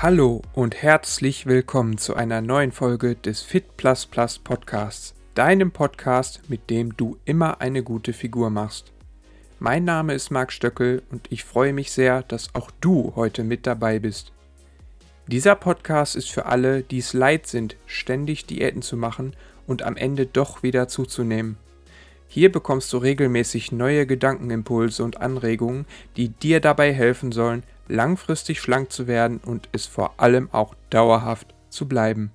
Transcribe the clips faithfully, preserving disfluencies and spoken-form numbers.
Hallo und herzlich willkommen zu einer neuen Folge des Fit Plus Plus Podcasts, deinem Podcast, mit dem du immer eine gute Figur machst. Mein Name ist Marc Stöckel und ich freue mich sehr, dass auch du heute mit dabei bist. Dieser Podcast ist für alle, die es leid sind, ständig Diäten zu machen und am Ende doch wieder zuzunehmen. Hier bekommst du regelmäßig neue Gedankenimpulse und Anregungen, die dir dabei helfen sollen, langfristig schlank zu werden und es vor allem auch dauerhaft zu bleiben.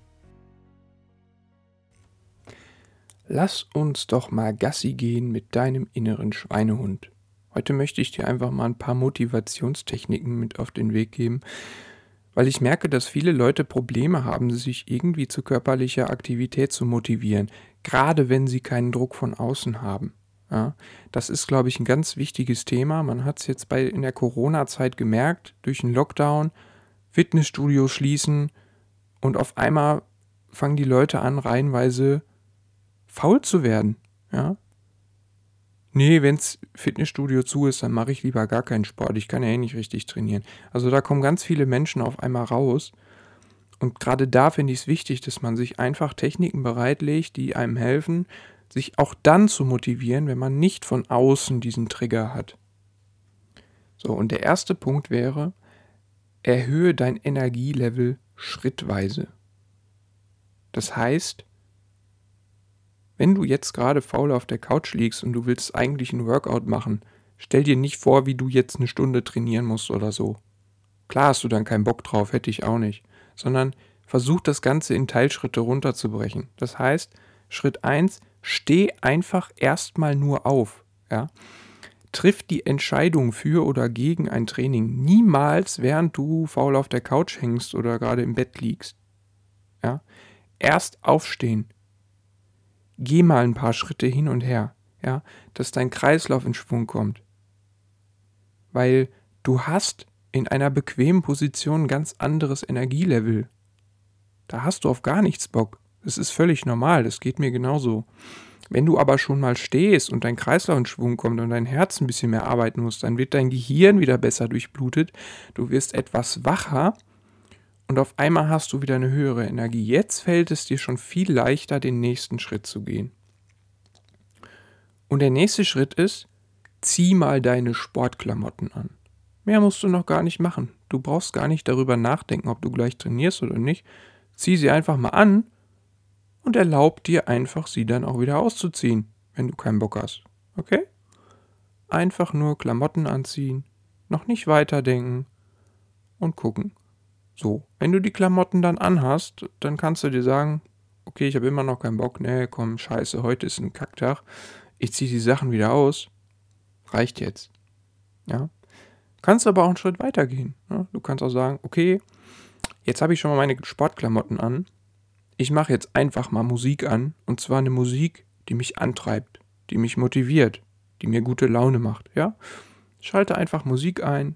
Lass uns doch mal Gassi gehen mit deinem inneren Schweinehund. Heute möchte ich dir einfach mal ein paar Motivationstechniken mit auf den Weg geben, weil ich merke, dass viele Leute Probleme haben, sich irgendwie zu körperlicher Aktivität zu motivieren, gerade wenn sie keinen Druck von außen haben. Ja, das ist, glaube ich, ein ganz wichtiges Thema. Man hat es jetzt bei in der Corona-Zeit gemerkt, durch den Lockdown, Fitnessstudios schließen und auf einmal fangen die Leute an, reihenweise faul zu werden. Ja? Nee, wenn's Fitnessstudio zu ist, dann mache ich lieber gar keinen Sport. Ich kann ja eh nicht richtig trainieren. Also da kommen ganz viele Menschen auf einmal raus. Und gerade da finde ich es wichtig, dass man sich einfach Techniken bereitlegt, die einem helfen, sich auch dann zu motivieren, wenn man nicht von außen diesen Trigger hat. So, und der erste Punkt wäre, erhöhe dein Energielevel schrittweise. Das heißt, wenn du jetzt gerade faul auf der Couch liegst und du willst eigentlich ein Workout machen, stell dir nicht vor, wie du jetzt eine Stunde trainieren musst oder so. Klar hast du dann keinen Bock drauf, hätte ich auch nicht. Sondern versuch das Ganze in Teilschritte runterzubrechen. Das heißt, Schritt eins, steh einfach erstmal nur auf. Ja? Triff die Entscheidung für oder gegen ein Training niemals, während du faul auf der Couch hängst oder gerade im Bett liegst. Ja? Erst aufstehen. Geh mal ein paar Schritte hin und her, ja, dass dein Kreislauf in Schwung kommt. Weil du hast in einer bequemen Position ein ganz anderes Energielevel. Da hast du auf gar nichts Bock. Das ist völlig normal, das geht mir genauso. Wenn du aber schon mal stehst und dein Kreislauf in Schwung kommt und dein Herz ein bisschen mehr arbeiten muss, dann wird dein Gehirn wieder besser durchblutet, du wirst etwas wacher und auf einmal hast du wieder eine höhere Energie. Jetzt fällt es dir schon viel leichter, den nächsten Schritt zu gehen. Und der nächste Schritt ist, zieh mal deine Sportklamotten an. Mehr musst du noch gar nicht machen. Du brauchst gar nicht darüber nachdenken, ob du gleich trainierst oder nicht. Zieh sie einfach mal an und erlaub dir einfach, sie dann auch wieder auszuziehen, wenn du keinen Bock hast. Okay? Einfach nur Klamotten anziehen, noch nicht weiterdenken und gucken. So, wenn du die Klamotten dann anhast, dann kannst du dir sagen, okay, ich habe immer noch keinen Bock, nee, komm, scheiße, heute ist ein Kacktag, ich ziehe die Sachen wieder aus, reicht jetzt. Ja, kannst aber auch einen Schritt weiter gehen. Ja? Du kannst auch sagen, okay, jetzt habe ich schon mal meine Sportklamotten an, ich mache jetzt einfach mal Musik an, und zwar eine Musik, die mich antreibt, die mich motiviert, die mir gute Laune macht. Ja, schalte einfach Musik ein.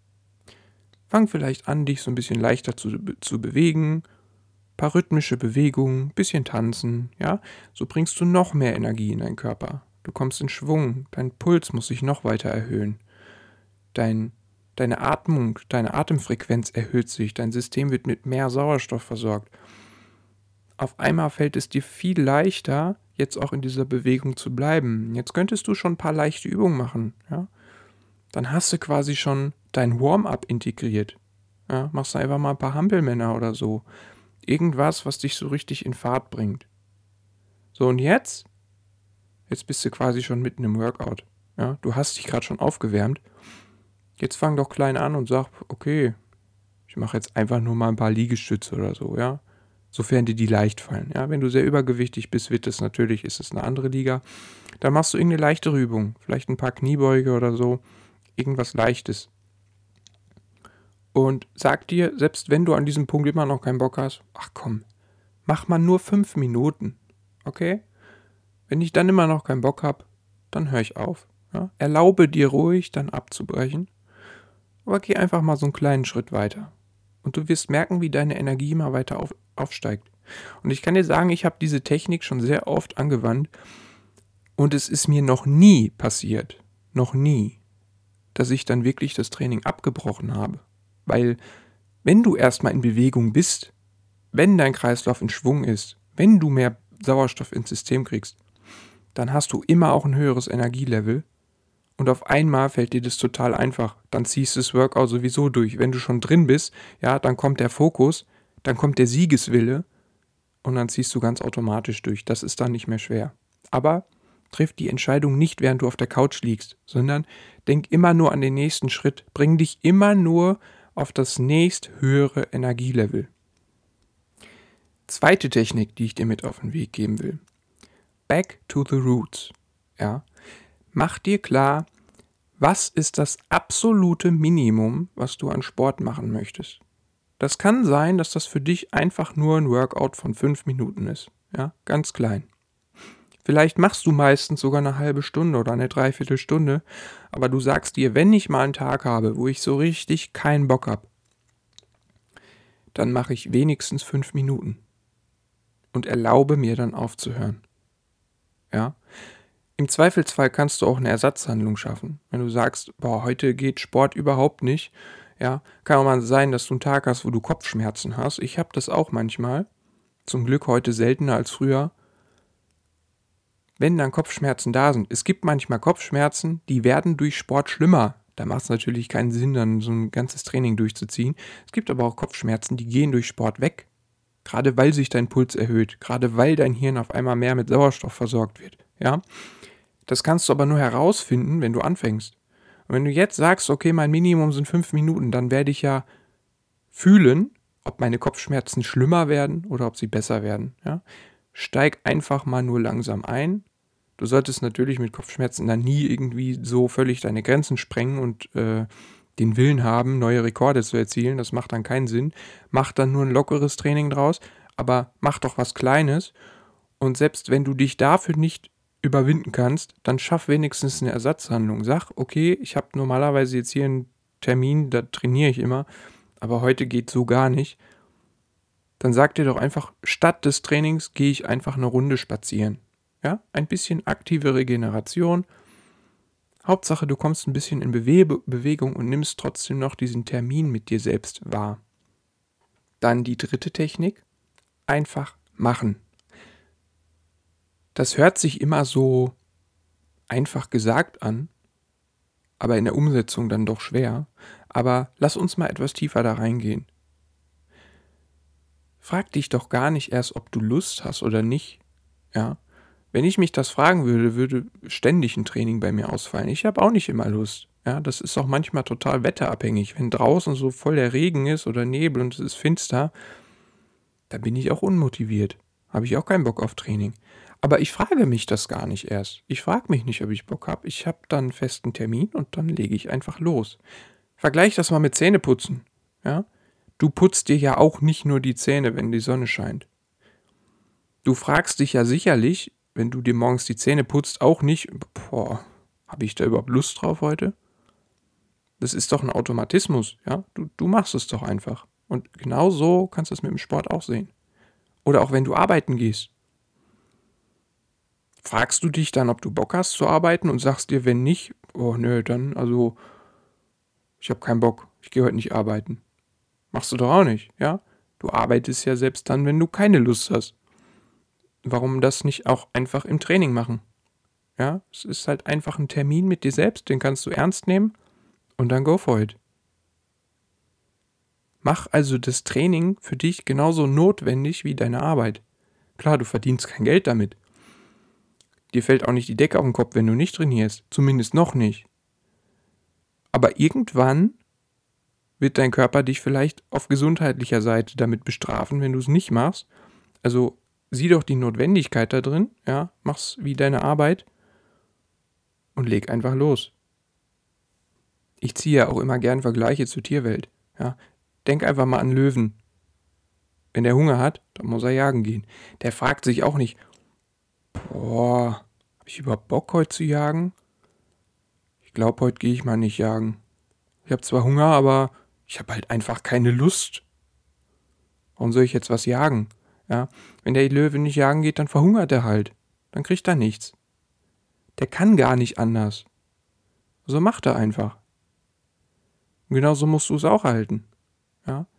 Fang vielleicht an, dich so ein bisschen leichter zu, zu bewegen, paar rhythmische Bewegungen, bisschen tanzen, ja, so bringst du noch mehr Energie in deinen Körper. Du kommst in Schwung, dein Puls muss sich noch weiter erhöhen, dein, deine Atmung, deine Atemfrequenz erhöht sich, dein System wird mit mehr Sauerstoff versorgt. Auf einmal fällt es dir viel leichter, jetzt auch in dieser Bewegung zu bleiben. Jetzt könntest du schon ein paar leichte Übungen machen, ja. Dann hast du quasi schon dein Warm-up integriert. Ja, machst du einfach mal ein paar Hampelmänner oder so. Irgendwas, was dich so richtig in Fahrt bringt. So, und jetzt? Jetzt bist du quasi schon mitten im Workout. Ja, du hast dich gerade schon aufgewärmt. Jetzt fang doch klein an und sag, okay, ich mache jetzt einfach nur mal ein paar Liegestütze oder so, ja. Sofern dir die leicht fallen. Ja, wenn du sehr übergewichtig bist, wird es natürlich, ist es eine andere Liga. Dann machst du irgendeine leichtere Übung. Vielleicht ein paar Kniebeuge oder so. Irgendwas Leichtes. Und sag dir, selbst wenn du an diesem Punkt immer noch keinen Bock hast, ach komm, mach mal nur fünf Minuten, okay? Wenn ich dann immer noch keinen Bock habe, dann höre ich auf. Ja? Erlaube dir ruhig, dann abzubrechen, aber geh einfach mal so einen kleinen Schritt weiter. Und du wirst merken, wie deine Energie immer weiter auf, aufsteigt. Und ich kann dir sagen, ich habe diese Technik schon sehr oft angewandt und es ist mir noch nie passiert, noch nie, dass ich dann wirklich das Training abgebrochen habe. Weil Wenn du erstmal in Bewegung bist, wenn dein Kreislauf in Schwung ist, wenn du mehr Sauerstoff ins System kriegst, dann hast du immer auch ein höheres Energielevel und auf einmal fällt dir das total einfach. Dann ziehst du das Workout sowieso durch. Wenn du schon drin bist, ja, dann kommt der Fokus, dann kommt der Siegeswille und dann ziehst du ganz automatisch durch. Das ist dann nicht mehr schwer. Aber triff die Entscheidung nicht, während du auf der Couch liegst, sondern denk immer nur an den nächsten Schritt. Bring dich immer nur auf das nächst höhere Energielevel. Zweite Technik, die ich dir mit auf den Weg geben will. Back to the roots. Ja. Mach dir klar, was ist das absolute Minimum, was du an Sport machen möchtest. Das kann sein, dass das für dich einfach nur ein Workout von fünf Minuten ist. Ja, ganz klein. Vielleicht machst du meistens sogar eine halbe Stunde oder eine Dreiviertelstunde, aber du sagst dir, wenn ich mal einen Tag habe, wo ich so richtig keinen Bock habe, dann mache ich wenigstens fünf Minuten und erlaube mir dann aufzuhören. Ja? Im Zweifelsfall kannst du auch eine Ersatzhandlung schaffen. Wenn du sagst, boah, heute geht Sport überhaupt nicht, ja, kann auch mal sein, dass du einen Tag hast, wo du Kopfschmerzen hast. Ich habe das auch manchmal. Zum Glück heute seltener als früher. Wenn dann Kopfschmerzen da sind. Es gibt manchmal Kopfschmerzen, die werden durch Sport schlimmer. Da macht es natürlich keinen Sinn, dann so ein ganzes Training durchzuziehen. Es gibt aber auch Kopfschmerzen, die gehen durch Sport weg. Gerade weil sich dein Puls erhöht. Gerade weil dein Hirn auf einmal mehr mit Sauerstoff versorgt wird. Ja? Das kannst du aber nur herausfinden, wenn du anfängst. Und wenn du jetzt sagst, okay, mein Minimum sind fünf Minuten, dann werde ich ja fühlen, ob meine Kopfschmerzen schlimmer werden oder ob sie besser werden. Ja? Steig einfach mal nur langsam ein. Du solltest natürlich mit Kopfschmerzen dann nie irgendwie so völlig deine Grenzen sprengen und äh, den Willen haben, neue Rekorde zu erzielen. Das macht dann keinen Sinn. Mach dann nur ein lockeres Training draus, aber mach doch was Kleines. Und selbst wenn du dich dafür nicht überwinden kannst, dann schaff wenigstens eine Ersatzhandlung. Sag, okay, ich habe normalerweise jetzt hier einen Termin, da trainiere ich immer, aber heute geht so gar nicht. Dann sag dir doch einfach, statt des Trainings gehe ich einfach eine Runde spazieren. Ja, ein bisschen aktive Regeneration. Hauptsache, du kommst ein bisschen in Bewe- Bewegung und nimmst trotzdem noch diesen Termin mit dir selbst wahr. Dann die dritte Technik, einfach machen. Das hört sich immer so einfach gesagt an, aber in der Umsetzung dann doch schwer. Aber lass uns mal etwas tiefer da reingehen. Frag dich doch gar nicht erst, ob du Lust hast oder nicht. Ja? Wenn ich mich das fragen würde, würde ständig ein Training bei mir ausfallen. Ich habe auch nicht immer Lust. Ja? Das ist auch manchmal total wetterabhängig. Wenn draußen so voll der Regen ist oder Nebel und es ist finster, da bin ich auch unmotiviert. Habe ich auch keinen Bock auf Training. Aber ich frage mich das gar nicht erst. Ich frage mich nicht, ob ich Bock habe. Ich habe dann einen festen Termin und dann lege ich einfach los. Vergleich das mal mit Zähneputzen. Ja? Du putzt dir ja auch nicht nur die Zähne, wenn die Sonne scheint. Du fragst dich ja sicherlich, wenn du dir morgens die Zähne putzt, auch nicht, boah, habe ich da überhaupt Lust drauf heute? Das ist doch ein Automatismus, ja? Du, du machst es doch einfach. Und genau so kannst du es mit dem Sport auch sehen. Oder auch wenn du arbeiten gehst. Fragst du dich dann, ob du Bock hast zu arbeiten und sagst dir, wenn nicht, oh nö, dann, also, ich habe keinen Bock, ich gehe heute nicht arbeiten. Machst du doch auch nicht, ja? Du arbeitest ja selbst dann, wenn du keine Lust hast. Warum das nicht auch einfach im Training machen? Ja, es ist halt einfach ein Termin mit dir selbst, den kannst du ernst nehmen und dann go for it. Mach also das Training für dich genauso notwendig wie deine Arbeit. Klar, du verdienst kein Geld damit. Dir fällt auch nicht die Decke auf den Kopf, wenn du nicht trainierst. Zumindest noch nicht. Aber irgendwann wird dein Körper dich vielleicht auf gesundheitlicher Seite damit bestrafen, wenn du es nicht machst. Also sieh doch die Notwendigkeit da drin, ja, mach's wie deine Arbeit und leg einfach los. Ich ziehe ja auch immer gern Vergleiche zur Tierwelt. Ja. Denk einfach mal an Löwen. Wenn der Hunger hat, dann muss er jagen gehen. Der fragt sich auch nicht, boah, habe ich überhaupt Bock heute zu jagen? Ich glaube, heute gehe ich mal nicht jagen. Ich habe zwar Hunger, aber ich habe halt einfach keine Lust. Warum soll ich jetzt was jagen? Ja, wenn der Löwe nicht jagen geht, dann verhungert er halt. Dann kriegt er nichts. Der kann gar nicht anders. So macht er einfach. Und genauso musst du es auch halten. Ja?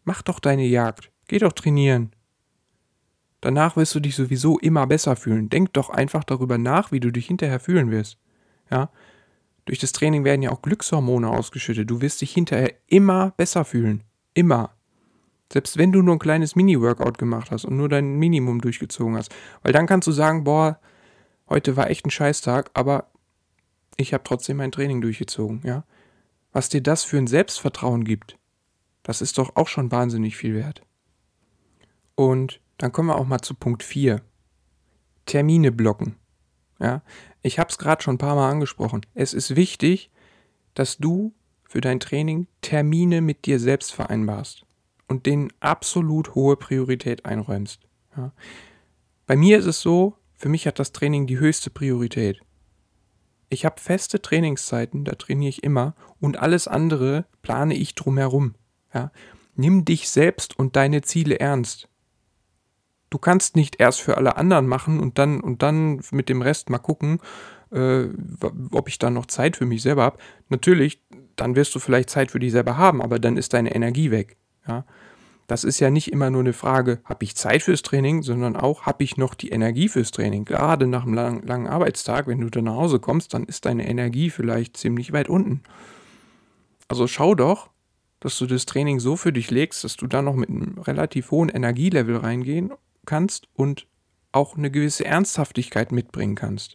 Mach doch deine Jagd. Geh doch trainieren. Danach wirst du dich sowieso immer besser fühlen. Denk doch einfach darüber nach, wie du dich hinterher fühlen wirst. Ja? Durch das Training werden ja auch Glückshormone ausgeschüttet. Du wirst dich hinterher immer besser fühlen. Immer. Selbst wenn du nur ein kleines Mini-Workout gemacht hast und nur dein Minimum durchgezogen hast. Weil dann kannst du sagen, boah, heute war echt ein Scheißtag, aber ich habe trotzdem mein Training durchgezogen. Ja? Was dir das für ein Selbstvertrauen gibt, das ist doch auch schon wahnsinnig viel wert. Und dann kommen wir auch mal zu Punkt vier. Termine blocken. Ja? Ich habe es gerade schon ein paar Mal angesprochen. Es ist wichtig, dass du für dein Training Termine mit dir selbst vereinbarst und denen absolut hohe Priorität einräumst. Ja? Bei mir ist es so, für mich hat das Training die höchste Priorität. Ich habe feste Trainingszeiten, da trainiere ich immer und alles andere plane ich drumherum. Ja? Nimm dich selbst und deine Ziele ernst. Du kannst nicht erst für alle anderen machen und dann und dann mit dem Rest mal gucken, äh, ob ich dann noch Zeit für mich selber habe. Natürlich, dann wirst du vielleicht Zeit für dich selber haben, aber dann ist deine Energie weg. Ja? Das ist ja nicht immer nur eine Frage, habe ich Zeit fürs Training, sondern auch, habe ich noch die Energie fürs Training. Gerade nach einem lang, langen Arbeitstag, wenn du dann nach Hause kommst, dann ist deine Energie vielleicht ziemlich weit unten. Also schau doch, dass du das Training so für dich legst, dass du da noch mit einem relativ hohen Energielevel reingehen kannst und auch eine gewisse Ernsthaftigkeit mitbringen kannst.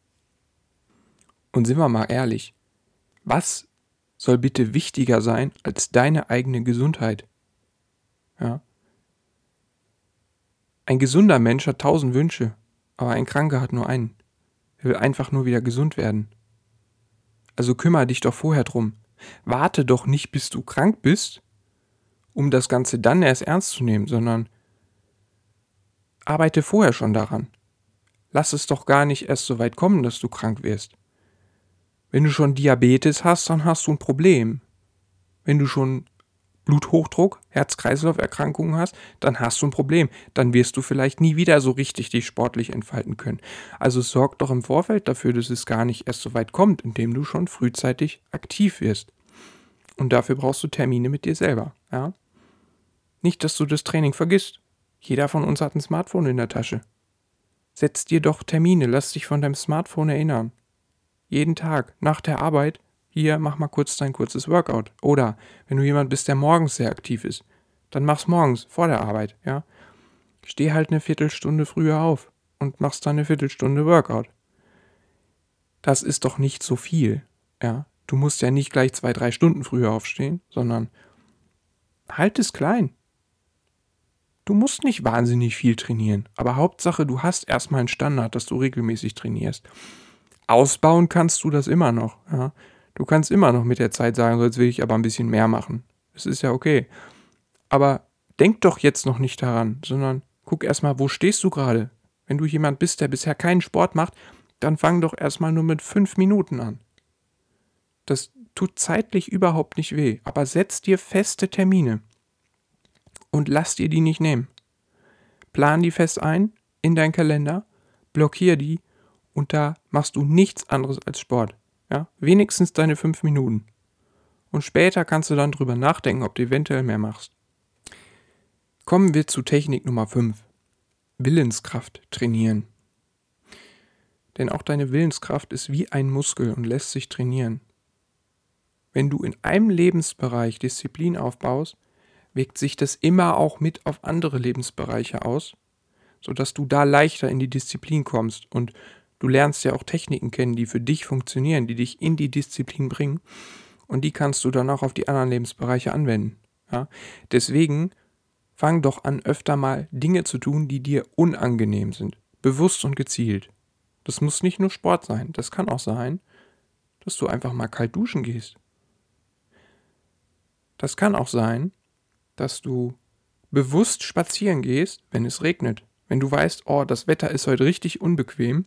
Und sind wir mal ehrlich, was soll bitte wichtiger sein als deine eigene Gesundheit? Ja. Ein gesunder Mensch hat tausend Wünsche, aber ein Kranker hat nur einen. Er will einfach nur wieder gesund werden. Also kümmere dich doch vorher drum. Warte doch nicht, bis du krank bist, um das Ganze dann erst ernst zu nehmen, sondern arbeite vorher schon daran. Lass es doch gar nicht erst so weit kommen, dass du krank wirst. Wenn du schon Diabetes hast, dann hast du ein Problem. Wenn du schon Bluthochdruck, Herz-Kreislauf-Erkrankungen hast, dann hast du ein Problem. Dann wirst du vielleicht nie wieder so richtig dich sportlich entfalten können. Also sorg doch im Vorfeld dafür, dass es gar nicht erst so weit kommt, indem du schon frühzeitig aktiv wirst. Und dafür brauchst du Termine mit dir selber. Ja? Nicht, dass du das Training vergisst. Jeder von uns hat ein Smartphone in der Tasche. Setz dir doch Termine, lass dich von deinem Smartphone erinnern. Jeden Tag, nach der Arbeit, hier, mach mal kurz dein kurzes Workout. Oder, wenn du jemand bist, der morgens sehr aktiv ist, dann mach's morgens, vor der Arbeit, ja. Steh halt eine Viertelstunde früher auf und machst dann eine Viertelstunde Workout. Das ist doch nicht so viel, ja. Du musst ja nicht gleich zwei, drei Stunden früher aufstehen, sondern halt es klein. Du musst nicht wahnsinnig viel trainieren, aber Hauptsache, du hast erstmal einen Standard, dass du regelmäßig trainierst. Ausbauen kannst du das immer noch, ja. Du kannst immer noch mit der Zeit sagen, so jetzt will ich aber ein bisschen mehr machen. Das ist ja okay. Aber denk doch jetzt noch nicht daran, sondern guck erstmal, wo stehst du gerade? Wenn du jemand bist, der bisher keinen Sport macht, dann fang doch erstmal nur mit fünf Minuten an. Das tut zeitlich überhaupt nicht weh, aber setz dir feste Termine und lass dir die nicht nehmen. Plan die fest ein in deinen Kalender, blockier die und da machst du nichts anderes als Sport. Ja, wenigstens deine fünf Minuten. Und später kannst du dann drüber nachdenken, ob du eventuell mehr machst. Kommen wir zu Technik Nummer fünf. Willenskraft trainieren. Denn auch deine Willenskraft ist wie ein Muskel und lässt sich trainieren. Wenn du in einem Lebensbereich Disziplin aufbaust, wirkt sich das immer auch mit auf andere Lebensbereiche aus, sodass du da leichter in die Disziplin kommst und du lernst ja auch Techniken kennen, die für dich funktionieren, die dich in die Disziplin bringen und die kannst du dann auch auf die anderen Lebensbereiche anwenden. Ja? Deswegen fang doch an, öfter mal Dinge zu tun, die dir unangenehm sind, bewusst und gezielt. Das muss nicht nur Sport sein, das kann auch sein, dass du einfach mal kalt duschen gehst. Das kann auch sein, dass du bewusst spazieren gehst, wenn es regnet. Wenn du weißt, oh, das Wetter ist heute richtig unbequem,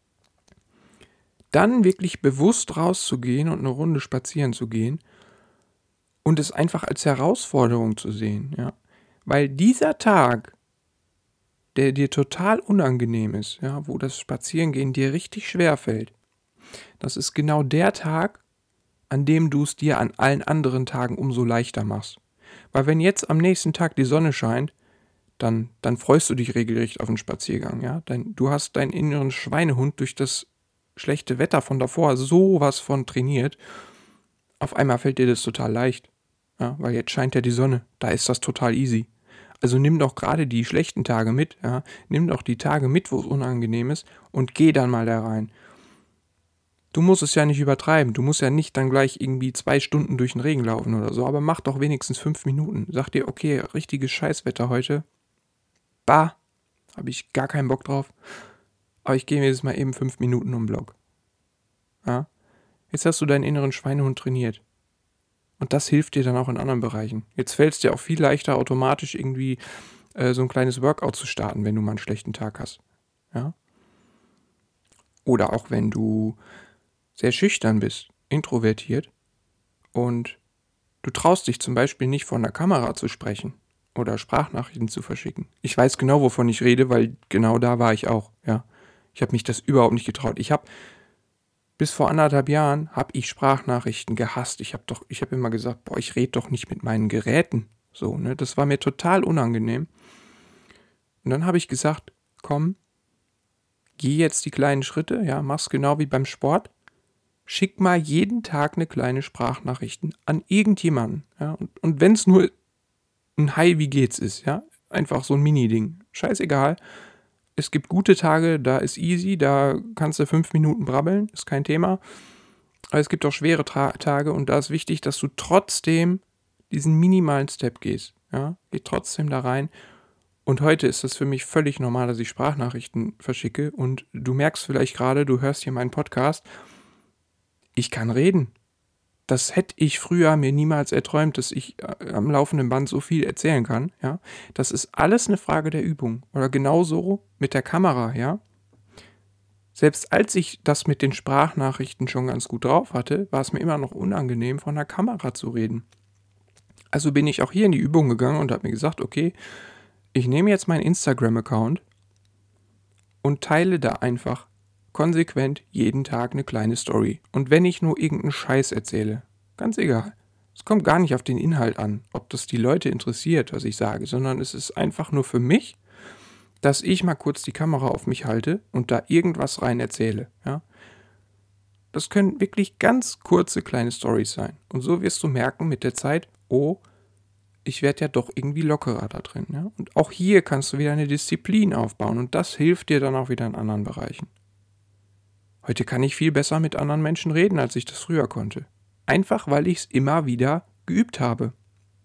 dann wirklich bewusst rauszugehen und eine Runde spazieren zu gehen und es einfach als Herausforderung zu sehen, ja. Weil dieser Tag, der dir total unangenehm ist, ja, wo das Spazierengehen dir richtig schwer fällt, das ist genau der Tag, an dem du es dir an allen anderen Tagen umso leichter machst. Weil wenn jetzt am nächsten Tag die Sonne scheint, dann, dann freust du dich regelrecht auf einen Spaziergang, ja. Dein, du hast deinen inneren Schweinehund durch das schlechte Wetter von davor sowas von trainiert. Auf einmal fällt dir das total leicht, ja, weil jetzt scheint ja die Sonne. Da ist das total easy. Also nimm doch gerade die schlechten Tage mit, ja. Nimm doch die Tage mit, wo es unangenehm ist und geh dann mal da rein. Du musst es ja nicht übertreiben. Du musst ja nicht dann gleich irgendwie zwei Stunden durch den Regen laufen oder so, aber mach doch wenigstens fünf Minuten. Sag dir, okay, richtiges Scheißwetter heute. Bah, habe ich gar keinen Bock drauf. Aber ich gehe mir jetzt mal eben fünf Minuten um den Block. Ja? Jetzt hast du deinen inneren Schweinehund trainiert. Und das hilft dir dann auch in anderen Bereichen. Jetzt fällt es dir auch viel leichter, automatisch irgendwie äh, so ein kleines Workout zu starten, wenn du mal einen schlechten Tag hast. Ja? Oder auch wenn du sehr schüchtern bist, introvertiert und du traust dich zum Beispiel nicht vor einer Kamera zu sprechen oder Sprachnachrichten zu verschicken. Ich weiß genau, wovon ich rede, weil genau da war ich auch. Ja, ich habe mich das überhaupt nicht getraut. Ich habe bis vor anderthalb Jahren habe ich Sprachnachrichten gehasst. Ich habe doch, ich habe immer gesagt, boah, ich rede doch nicht mit meinen Geräten. So, ne, das war mir total unangenehm. Und dann habe ich gesagt, komm, geh jetzt die kleinen Schritte, ja, mach's genau wie beim Sport. Schick mal jeden Tag eine kleine Sprachnachrichten an irgendjemanden. Ja? Und, und wenn es nur ein Hi, wie geht's ist, ja, einfach so ein Mini-Ding. Scheißegal. Es gibt gute Tage, da ist easy, da kannst du fünf Minuten brabbeln, ist kein Thema. Aber es gibt auch schwere Tra- Tage und da ist wichtig, dass du trotzdem diesen minimalen Step gehst. Ja? Geh trotzdem da rein. Und heute ist das für mich völlig normal, dass ich Sprachnachrichten verschicke. Und du merkst vielleicht gerade, du hörst hier meinen Podcast. Ich kann reden. Das hätte ich früher mir niemals erträumt, dass ich äh, am laufenden Band so viel erzählen kann. Ja? Das ist alles eine Frage der Übung. Oder genauso mit der Kamera. Ja? Selbst als ich das mit den Sprachnachrichten schon ganz gut drauf hatte, war es mir immer noch unangenehm, von der Kamera zu reden. Also bin ich auch hier in die Übung gegangen und habe mir gesagt, okay, ich nehme jetzt meinen Instagram-Account und teile da einfach konsequent jeden Tag eine kleine Story. Und wenn ich nur irgendeinen Scheiß erzähle, ganz egal. Es kommt gar nicht auf den Inhalt an, ob das die Leute interessiert, was ich sage, sondern es ist einfach nur für mich, dass ich mal kurz die Kamera auf mich halte und da irgendwas rein erzähle. Ja? Das können wirklich ganz kurze kleine Storys sein. Und so wirst du merken mit der Zeit, oh, ich werde ja doch irgendwie lockerer da drin. Ja? Und auch hier kannst du wieder eine Disziplin aufbauen und das hilft dir dann auch wieder in anderen Bereichen. Heute kann ich viel besser mit anderen Menschen reden, als ich das früher konnte. Einfach, weil ich es immer wieder geübt habe.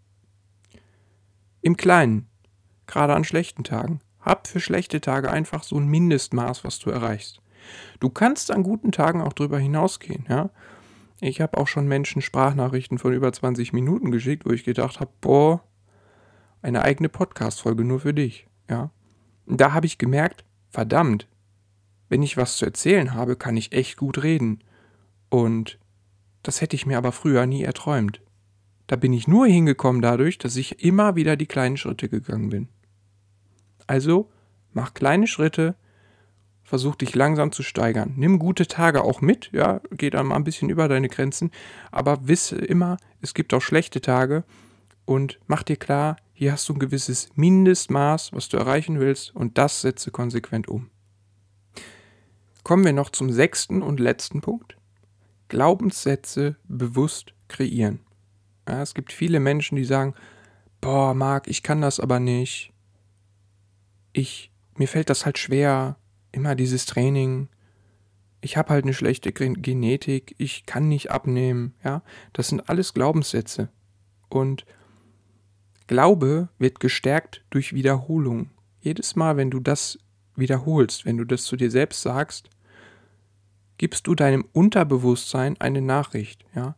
Im Kleinen, gerade an schlechten Tagen. Hab für schlechte Tage einfach so ein Mindestmaß, was du erreichst. Du kannst an guten Tagen auch drüber hinausgehen. Ja? Ich habe auch schon Menschen Sprachnachrichten von über zwanzig Minuten geschickt, wo ich gedacht habe, boah, eine eigene Podcast-Folge nur für dich. Ja? Und da habe ich gemerkt, verdammt, wenn ich was zu erzählen habe, kann ich echt gut reden. Und das hätte ich mir aber früher nie erträumt. Da bin ich nur hingekommen dadurch, dass ich immer wieder die kleinen Schritte gegangen bin. Also, mach kleine Schritte, versuch dich langsam zu steigern. Nimm gute Tage auch mit, ja, geh dann mal ein bisschen über deine Grenzen, aber wisse immer, es gibt auch schlechte Tage und mach dir klar, hier hast du ein gewisses Mindestmaß, was du erreichen willst und das setze konsequent um. Kommen wir noch zum sechsten und letzten Punkt. Glaubenssätze bewusst kreieren. Ja, es gibt viele Menschen, die sagen, boah, Marc, ich kann das aber nicht. Ich, mir fällt das halt schwer, immer dieses Training. Ich habe halt eine schlechte Genetik, ich kann nicht abnehmen. Ja, das sind alles Glaubenssätze. Und Glaube wird gestärkt durch Wiederholung. Jedes Mal, wenn du das wiederholst, wenn du das zu dir selbst sagst, gibst du deinem Unterbewusstsein eine Nachricht, ja.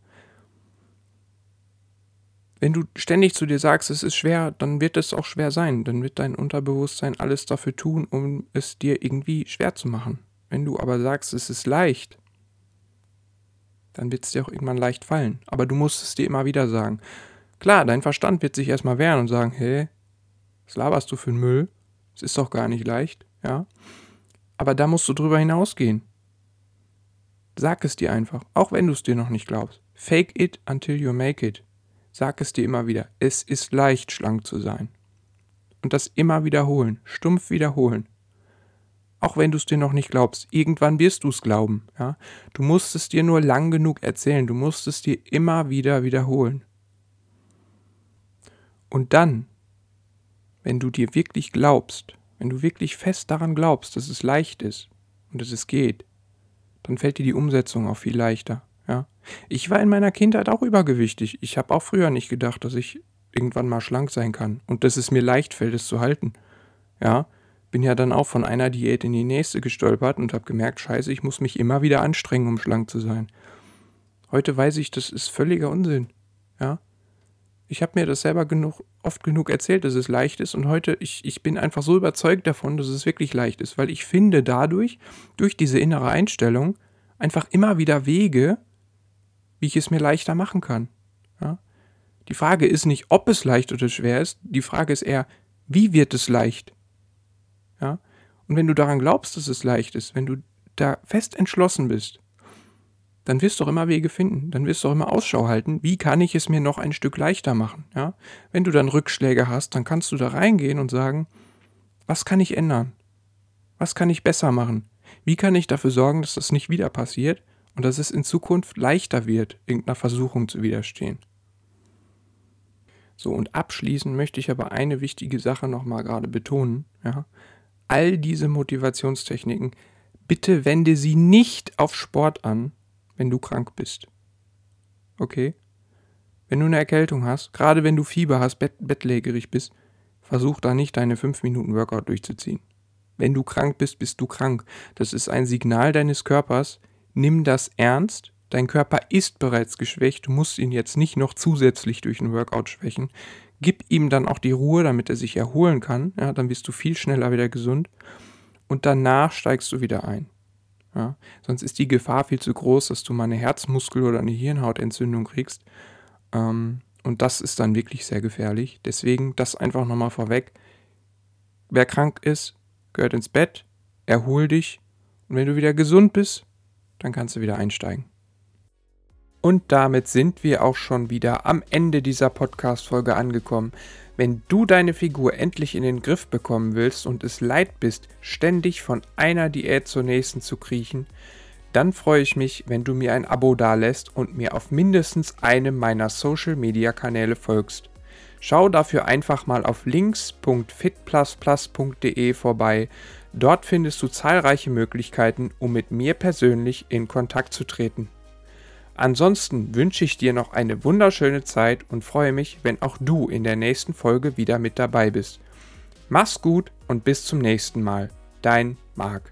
Wenn du ständig zu dir sagst, es ist schwer, dann wird es auch schwer sein. Dann wird dein Unterbewusstsein alles dafür tun, um es dir irgendwie schwer zu machen. Wenn du aber sagst, es ist leicht, dann wird es dir auch irgendwann leicht fallen. Aber du musst es dir immer wieder sagen. Klar, dein Verstand wird sich erstmal wehren und sagen, hey, was laberst du für einen Müll? Es ist doch gar nicht leicht, ja. Aber da musst du drüber hinausgehen. Sag es dir einfach, auch wenn du es dir noch nicht glaubst. Fake it until you make it. Sag es dir immer wieder. Es ist leicht, schlank zu sein. Und das immer wiederholen, stumpf wiederholen. Auch wenn du es dir noch nicht glaubst, irgendwann wirst du es glauben. Ja? Du musst es dir nur lang genug erzählen, du musst es dir immer wieder wiederholen. Und dann, wenn du dir wirklich glaubst, wenn du wirklich fest daran glaubst, dass es leicht ist und dass es geht, dann fällt dir die Umsetzung auch viel leichter. Ja? Ich war in meiner Kindheit auch übergewichtig. Ich habe auch früher nicht gedacht, dass ich irgendwann mal schlank sein kann und dass es mir leicht fällt, es zu halten. Ja, bin ja dann auch von einer Diät in die nächste gestolpert und habe gemerkt, scheiße, ich muss mich immer wieder anstrengen, um schlank zu sein. Heute weiß ich, das ist völliger Unsinn. Ja, ich habe mir das selber genug, oft genug erzählt, dass es leicht ist und heute, ich, ich bin einfach so überzeugt davon, dass es wirklich leicht ist, weil ich finde dadurch, durch diese innere Einstellung, einfach immer wieder Wege, wie ich es mir leichter machen kann. Ja? Die Frage ist nicht, ob es leicht oder schwer ist, die Frage ist eher, wie wird es leicht? Ja? Und wenn du daran glaubst, dass es leicht ist, wenn du da fest entschlossen bist, dann wirst du auch immer Wege finden, dann wirst du auch immer Ausschau halten, wie kann ich es mir noch ein Stück leichter machen. Ja? Wenn du dann Rückschläge hast, dann kannst du da reingehen und sagen, was kann ich ändern? Was kann ich besser machen? Wie kann ich dafür sorgen, dass das nicht wieder passiert und dass es in Zukunft leichter wird, irgendeiner Versuchung zu widerstehen? So, und abschließend möchte ich aber eine wichtige Sache nochmal gerade betonen, ja? All diese Motivationstechniken, bitte wende sie nicht auf Sport an, wenn du krank bist. Okay? Wenn du eine Erkältung hast, gerade wenn du Fieber hast, bett- bettlägerig bist, versuch da nicht deine fünf Minuten Workout durchzuziehen. Wenn du krank bist, bist du krank. Das ist ein Signal deines Körpers. Nimm das ernst. Dein Körper ist bereits geschwächt. Du musst ihn jetzt nicht noch zusätzlich durch einen Workout schwächen. Gib ihm dann auch die Ruhe, damit er sich erholen kann. Ja, dann bist du viel schneller wieder gesund. Und danach steigst du wieder ein. Ja, sonst ist die Gefahr viel zu groß, dass du mal eine Herzmuskel- oder eine Hirnhautentzündung kriegst. Ähm, und das ist dann wirklich sehr gefährlich. Deswegen das einfach nochmal vorweg. Wer krank ist, gehört ins Bett, erhol dich. Und wenn du wieder gesund bist, dann kannst du wieder einsteigen. Und damit sind wir auch schon wieder am Ende dieser Podcast-Folge angekommen. Wenn du deine Figur endlich in den Griff bekommen willst und es leid bist, ständig von einer Diät zur nächsten zu kriechen, dann freue ich mich, wenn du mir ein Abo dalässt und mir auf mindestens einem meiner Social-Media-Kanäle folgst. Schau dafür einfach mal auf links punkt fit plus plus punkt de vorbei. Dort findest du zahlreiche Möglichkeiten, um mit mir persönlich in Kontakt zu treten. Ansonsten wünsche ich dir noch eine wunderschöne Zeit und freue mich, wenn auch du in der nächsten Folge wieder mit dabei bist. Mach's gut und bis zum nächsten Mal. Dein Marc.